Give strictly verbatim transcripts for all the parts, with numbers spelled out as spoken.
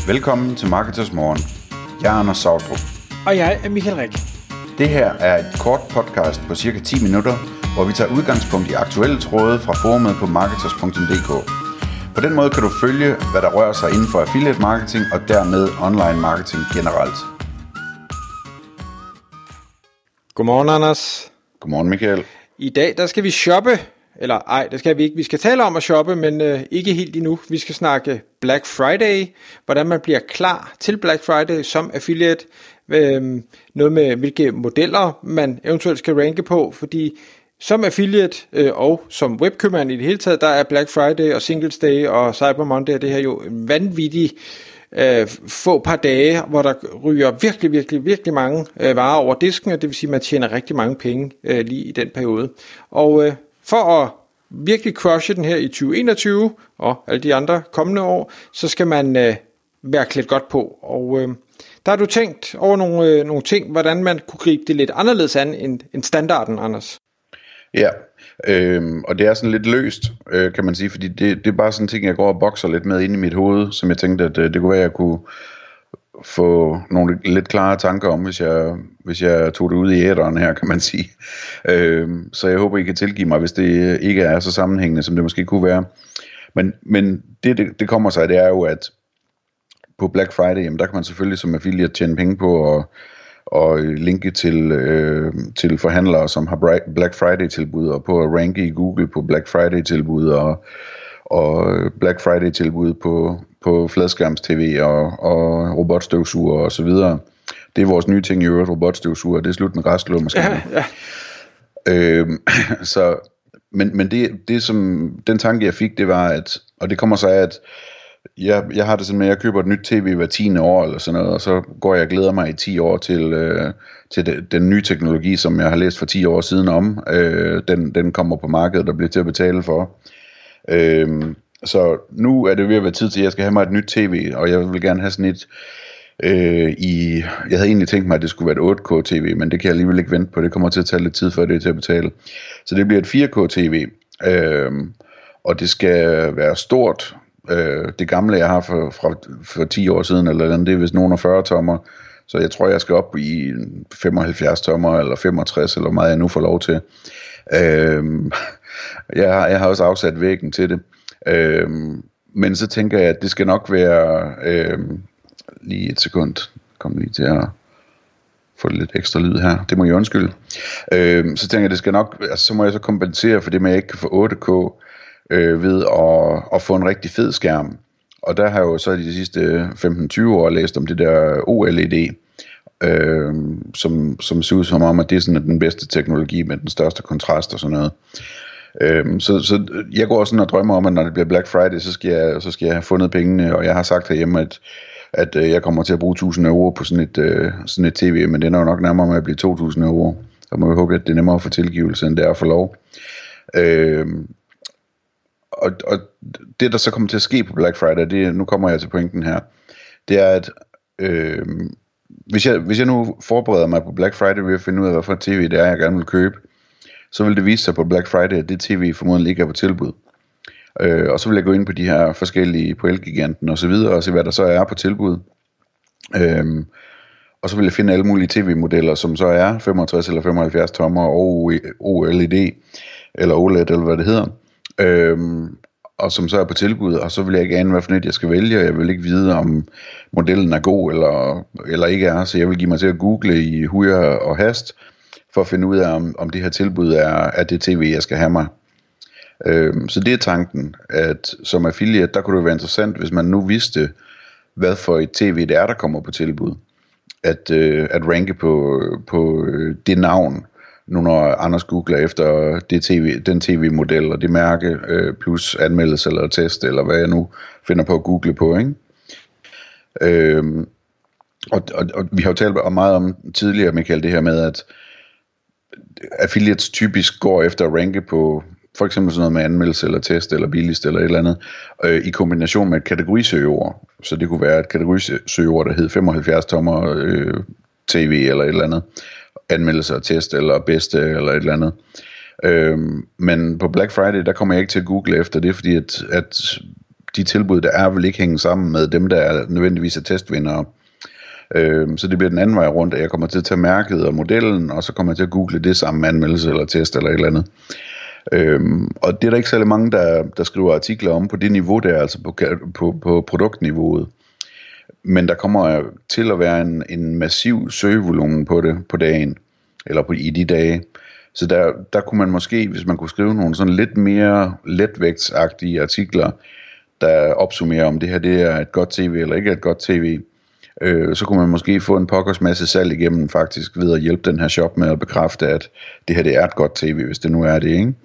Velkommen til Marketers Morgen. Jeg er Anders Sautrup. Og jeg er Michael Rik. Det her er et kort podcast på cirka ti minutter, hvor vi tager udgangspunkt i aktuelle tråde fra forumet på marketers punktum d k. På den måde kan du følge, hvad der rører sig inden for affiliate marketing og dermed online marketing generelt. Godmorgen, Anders. Godmorgen, Michael. I dag der skal vi shoppe. Eller ej, det skal vi ikke. Vi skal tale om at shoppe, men øh, ikke helt endnu. Vi skal snakke Black Friday, hvordan man bliver klar til Black Friday som affiliate. Øh, noget med, hvilke modeller man eventuelt skal ranke på, fordi som affiliate øh, og som webkøbmand i det hele taget, der er Black Friday og Singles Day og Cyber Monday, det her jo en vanvittig øh, få par dage, hvor der ryger virkelig, virkelig, virkelig mange øh, varer over disken, og det vil sige, at man tjener rigtig mange penge øh, lige i den periode. Og øh, for at virkelig crushe den her i tyve enogtyve og alle de andre kommende år, så skal man øh, være klædt godt på. Og øh, der har du tænkt over nogle, øh, nogle ting, hvordan man kunne gribe det lidt anderledes an end, end standarden, Anders. Ja, øh, og det er sådan lidt løst, øh, kan man sige, fordi det, det er bare sådan en ting, jeg går og bokser lidt med inde i mit hoved, som jeg tænkte, at øh, det kunne være, at jeg kunne få nogle lidt klare tanker om, hvis jeg, hvis jeg tog det ud i æteren her, kan man sige. Øh, så jeg håber, I kan tilgive mig, hvis det ikke er så sammenhængende, som det måske kunne være. Men, men det, det, det kommer sig, det er jo, at på Black Friday, jamen, der kan man selvfølgelig som affiliate tjene penge på at og linke til, øh, til forhandlere, som har Black Friday-tilbud, og på at ranke i Google på Black Friday-tilbud, og, og Black Friday-tilbud på, på fladskærms-tv og, og robotstøvsuger og så videre. Det er vores nye ting i øvrigt, robotstøvsuger. Det er slut med græsslå måske. Ja, ja. Øh, så, men men det, det som, den tanke jeg fik, det var, at, og det kommer så af, at Jeg, jeg har det sådan med, at jeg køber et nyt tv hver tiende år eller sådan noget, og så går jeg og glæder mig i ti år til, øh, til de, den nye teknologi, som jeg har læst for ti år siden om. Øh, den, den kommer på markedet og bliver til at betale for. Øh, så nu er det ved at være tid til, at jeg skal have mig et nyt tv, og jeg vil gerne have sådan et øh, i... Jeg havde egentlig tænkt mig, at det skulle være et otte K tv, men det kan jeg alligevel ikke vente på. Det kommer til at tage lidt tid, før det er til at betale. Så det bliver et fire K tv, øh, og det skal være stort. Øh, det gamle jeg har for, fra, for ti år siden eller andet, det er vist nogen af fyrre tommer, så jeg tror jeg skal op i femoghalvfjerds tommer eller femogtres eller meget jeg nu får lov til. øh, jeg, har, jeg har også afsat væggen til det, øh, men så tænker jeg at det skal nok være øh, lige et sekund, kom lige til at få lidt ekstra lyd her, det må jeg undskylde. øh, så tænker jeg det skal nok, altså, så må jeg så kompensere for det med at jeg ikke kan få otte K Øh, ved at, at få en rigtig fed skærm. Og der har jeg jo så de sidste femten til tyve år læst om det der O L E D, øh, som, som ser ud som om, at det er sådan den bedste teknologi med den største kontrast og sådan noget. Øh, så, så jeg går også sådan og drømmer om, at når det bliver Black Friday, så skal jeg, så skal jeg have fundet pengene, og jeg har sagt herhjemme, at, at jeg kommer til at bruge tusind euro på sådan et, øh, sådan et tv, men det er nok nærmere med at blive to tusind euro. Så må vi håbe, at det er nemmere at få tilgivelse, end det er at få lov. Øh, Og, og det der så kommer til at ske på Black Friday, det, nu kommer jeg til pointen her, det er at øh, hvis, jeg, hvis jeg nu forbereder mig på Black Friday ved at finde ud af hvad for et tv det er jeg gerne vil købe, så vil det vise sig på Black Friday at det tv formodentlig ikke er på tilbud, øh, og så vil jeg gå ind på de her forskellige, på Elgiganten og så videre og se hvad der så er på tilbud, øh, og så vil jeg finde alle mulige tv-modeller som så er femogtres eller femoghalvfjerds tommer og O L E D eller O L E D eller hvad det hedder. Øhm, og som så er på tilbud, og så vil jeg ikke ane hvad for net jeg skal vælge, og jeg vil ikke vide om modellen er god eller, eller ikke er, så jeg vil give mig til at google i huj og hast for at finde ud af om, om det her tilbud er, er det tv jeg skal have mig. øhm, så det er tanken, at som affiliate der kunne det være interessant hvis man nu vidste hvad for et tv det er der kommer på tilbud, at, øh, at ranke på, på det navn nu når Anders googler efter det TV, den tv-model og det mærke, øh, plus anmeldelse eller test, eller hvad jeg nu finder på at google på, ikke? Øhm, og, og, og vi har jo talt meget om tidligere, Michael, det her med, at affiliates typisk går efter at ranke på for eksempel sådan noget med anmeldelse eller test eller billigst eller et eller andet, øh, i kombination med et kategorisøgeord. Så det kunne være et kategorisøgeord, der hed femoghalvfjerds tommer øh, tv eller et eller andet, anmeldelser, test eller bedste eller et eller andet. Øhm, men på Black Friday der kommer jeg ikke til at google efter det, fordi at, at de tilbud, der er, vil ikke hænge sammen med dem, der er nødvendigvis er testvindere. Øh, så det bliver den anden vej rundt, at jeg kommer til at tage mærket og modellen, og så kommer jeg til at google det sammen med anmeldelse eller test eller et eller andet. Øhm, og det er der ikke særlig mange, der, der skriver artikler om på det niveau der, altså på, på, på produktniveauet. Men der kommer til at være en, en massiv søgevolumen på det på dagen, eller på, i de dage. Så der, der kunne man måske, hvis man kunne skrive nogle sådan lidt mere letvægtsagtige artikler, der opsummerer om det her det er et godt tv eller ikke et godt tv, øh, så kunne man måske få en pokkers masse salg igennem faktisk ved at hjælpe den her shop med at bekræfte, at det her det er et godt tv, hvis det nu er det, ikke?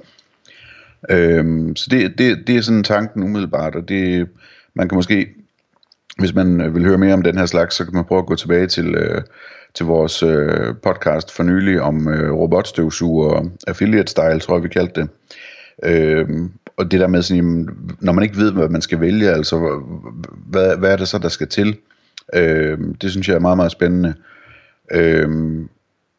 Øhm, så det, det, det er sådan tanken umiddelbart, og det, man kan måske, hvis man vil høre mere om den her slags, så kan man prøve at gå tilbage til, øh, til vores øh, podcast for nylig om øh, robotstøvsuger, affiliate style, tror jeg vi kaldte det. Øhm, og det der med sådan, når man ikke ved, hvad man skal vælge, altså hvad, hvad er det så, der skal til, øhm, det synes jeg er meget, meget spændende. Øhm,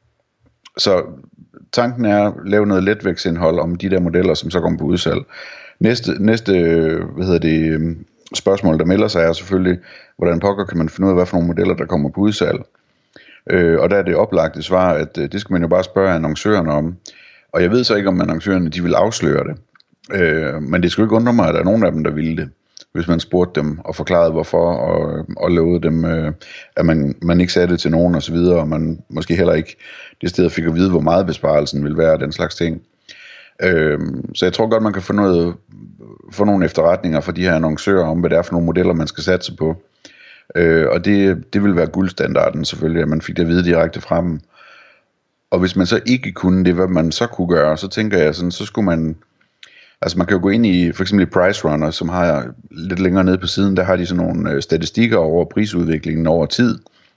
så tanken er at lave noget letvægtsindhold om de der modeller, som så kommer på udsalg. Næste, næste hvad hedder det, spørgsmål, der melder sig, er selvfølgelig, hvordan pokker kan man finde ud af, hvad for nogle modeller, der kommer på udsalg. Øh, og der er det oplagte svar, at øh, det skal man jo bare spørge annoncørerne om. Og jeg ved så ikke, om annoncørerne de vil afsløre det. Øh, men det skulle ikke undre mig, at der er nogen af dem, der ville det, hvis man spurgte dem og forklarede hvorfor, og, og lovede dem, øh, at man, man ikke sagde det til nogen og så videre, og man måske heller ikke det sted fik at vide, hvor meget besparelsen vil være, den slags ting. Øh, så jeg tror godt, man kan få, noget, få nogle efterretninger fra de her annoncører om, hvad det er for nogle modeller, man skal satse på. Øh, og det, det vil være guldstandarden selvfølgelig, at man fik det at vide direkte fra dem. Og hvis man så ikke kunne det, hvad man så kunne gøre, så tænker jeg sådan, så skulle man, altså man kan jo gå ind i, for eksempel i Price Runner, som har lidt længere nede på siden, der har de sådan nogle øh, statistikker over prisudviklingen over tid.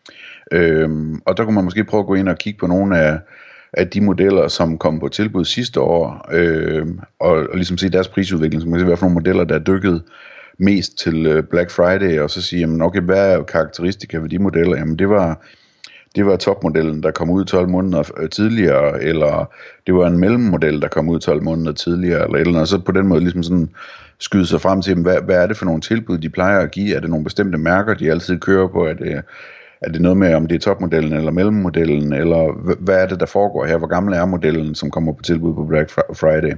Øhm, og der kunne man måske prøve at gå ind og kigge på nogle af, af de modeller, som kom på tilbud sidste år, øh, og, og ligesom se deres prisudvikling, så man kan se, hvad for nogle modeller, der er dykket mest til øh, Black Friday, og så sige, jamen okay, hvad er karakteristika ved de modeller? Jamen det var, det var topmodellen, der kom ud tolv måneder tidligere, eller det var en mellemmodel, der kom ud tolv måneder tidligere, eller eller andet, og så på den måde ligesom sådan skyde sig frem til, hvad, hvad er det for nogle tilbud, de plejer at give? Er det nogle bestemte mærker, de altid kører på? Er det, er det noget med, om det er topmodellen eller mellemmodellen, eller hvad er det, der foregår her? Hvor gammel er modellen, som kommer på tilbud på Black Friday?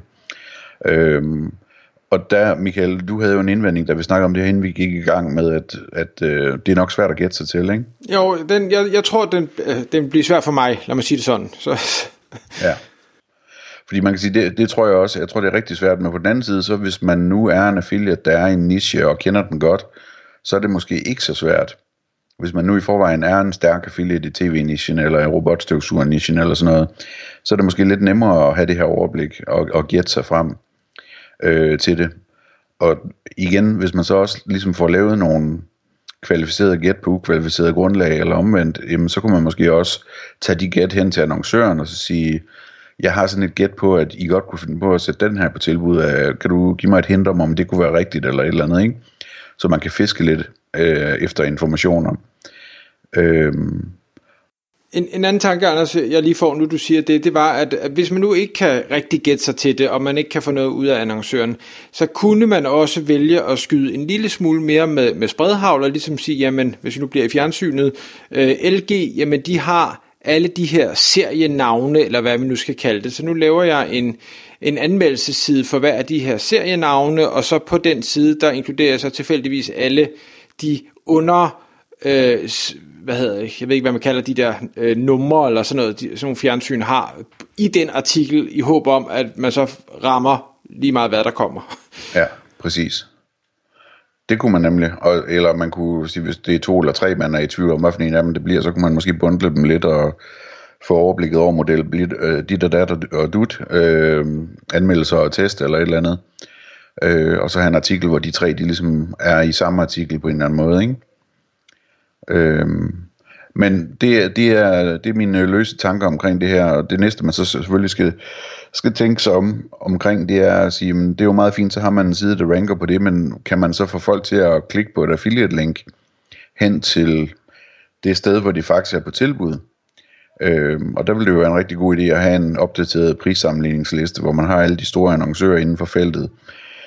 Øhm, og der, Michael, du havde jo en indvending, da vi snakkede om det her, inden vi gik i gang med, at, at øh, det er nok svært at gætte sig til, ikke? Jo, den, jeg, jeg tror, den, øh, den bliver svært for mig, lad mig sige det sådan. Så. Ja, fordi man kan sige, det, det tror jeg også, jeg tror det er rigtig svært, men på den anden side, så hvis man nu er en affiliate, der er i en niche og kender den godt, så er det måske ikke så svært. Hvis man nu i forvejen er en stærk affiliate i tv-nichen, eller i robotstøvsuger-nichen, eller sådan noget, så er det måske lidt nemmere at have det her overblik, og, og gætte sig frem øh, til det. Og igen, hvis man så også ligesom får lavet nogle kvalificerede gæt på ukvalificerede grundlag, eller omvendt, jamen, så kunne man måske også tage de gæt hen til annoncøren, og så sige, jeg har sådan et gæt på, at I godt kunne finde på at sætte den her på tilbud, kan du give mig et hint om, om det kunne være rigtigt, eller et eller andet, ikke? Så man kan fiske lidt øh, efter informationer. Øhm. En, en anden tanke, Anders, jeg lige får, nu du siger det, det var, at, at hvis man nu ikke kan rigtig gætte sig til det, og man ikke kan få noget ud af annoncøren, så kunne man også vælge at skyde en lille smule mere med, med spredhavl, og ligesom sige, jamen, hvis vi nu bliver i fjernsynet, øh, L G, jamen de har alle de her serienavne, eller hvad vi nu skal kalde det, så nu laver jeg en, en anmeldelsesside for hver af de her serienavne, og så på den side, der inkluderer jeg så tilfældigvis alle de under, øh, hvad hedder det, jeg ved ikke, hvad man kalder de der øh, numre, eller sådan noget, de, sådan nogle fjernsyn har, i den artikel, i håb om, at man så rammer lige meget, hvad der kommer. Ja, præcis. Det kunne man nemlig, og, eller man kunne sige, hvis det er to eller tre, man er i tvivl om, hvad for en af dem det bliver, så kunne man måske bundle dem lidt og få overblikket over model, øh, dit og dat og dut, øh, anmeldelser og test eller et eller andet. Øh, og så have en artikel, hvor de tre, de ligesom er i samme artikel på en eller anden måde, ikke? Øh, men det, det, er, det er mine løse tanker omkring det her, og det næste, man så selvfølgelig skal, skal tænke sig om, omkring, det er at sige, men det er jo meget fint, så har man en side, der ranker på det, men kan man så få folk til at klikke på et affiliate-link hen til det sted, hvor de faktisk er på tilbud? Øhm, og der vil det jo være en rigtig god idé at have en opdateret prissammenligningsliste, hvor man har alle de store annoncører inden for feltet,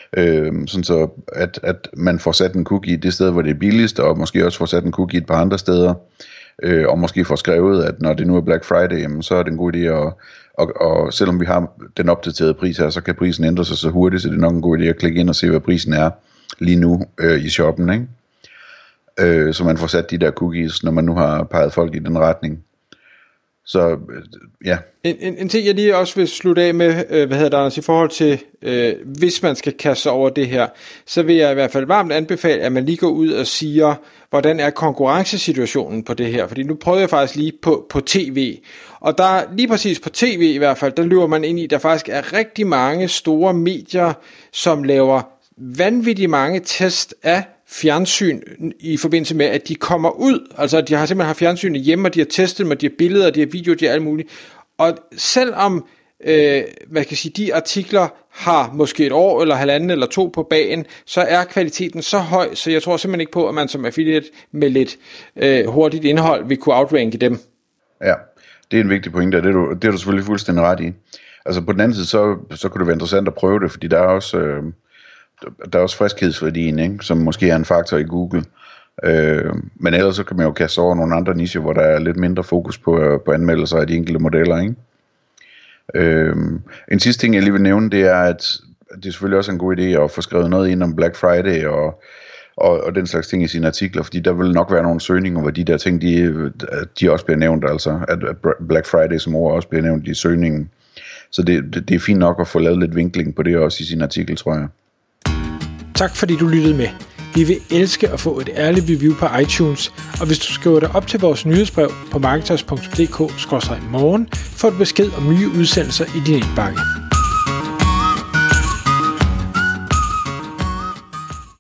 Øh, sådan så, at, at man får sat en cookie det sted, hvor det er billigst, og måske også får sat en cookie et par andre steder, øh, og måske får skrevet, at når det nu er Black Friday, jamen, så er det en god idé at, og, og selvom vi har den opdaterede pris her, så kan prisen ændre sig så hurtigt, så det er nok en god idé at klikke ind og se, hvad prisen er lige nu øh, i shoppen, ikke? Øh, så man får sat de der cookies, når man nu har peget folk i den retning. Så øh, ja. En, en, en ting jeg lige også vil slutte af med, øh, hvad hedder det, Anders, i forhold til, øh, hvis man skal kaste sig over det her, så vil jeg i hvert fald varmt anbefale, at man lige går ud og siger, hvordan er konkurrencesituationen på det her, fordi nu prøvede jeg faktisk lige på, på tv, og der lige præcis på tv i hvert fald, der løber man ind i, der faktisk er rigtig mange store medier, som laver vanvittigt mange test af fjernsyn i forbindelse med, at de kommer ud, altså de har simpelthen har fjernsynet hjemme, og de har testet dem, og de har billeder, de har videoer, de har alt muligt, og selvom øh, hvad kan jeg sige, de artikler har måske et år, eller halvanden, eller to på bagen, så er kvaliteten så høj, så jeg tror simpelthen ikke på, at man som affiliate med lidt øh, hurtigt indhold vil kunne outranke dem. Ja, det er en vigtig pointe, og det er du, det er du selvfølgelig fuldstændig ret i. Altså på den anden side, så, så kunne det være interessant at prøve det, fordi der er også øh, der er også friskhedsværdien, ikke? Som måske er en faktor i Google. Øh, men ellers så kan man jo kaste over nogle andre nicher, hvor der er lidt mindre fokus på, på anmeldelser af de enkelte modeller, ikke? Øh, en sidste ting jeg lige vil nævne, det er at det er selvfølgelig også en god idé at få skrevet noget ind om Black Friday og, og, og den slags ting i sine artikler, fordi der vil nok være nogle søgninger, hvor de der ting de, de også bliver nævnt, altså at Black Friday som ord også bliver nævnt i søgningen, så det, det, det er fint nok at få lavet lidt vinkling på det også i sin artikel, tror jeg. Tak fordi du lyttede med. Vi vil elske at få et ærligt review på iTunes, og hvis du skriver dig op til vores nyhedsbrev på marketers punktum d k skråstreg morgen, får du besked om nye udsendelser i din indbakke.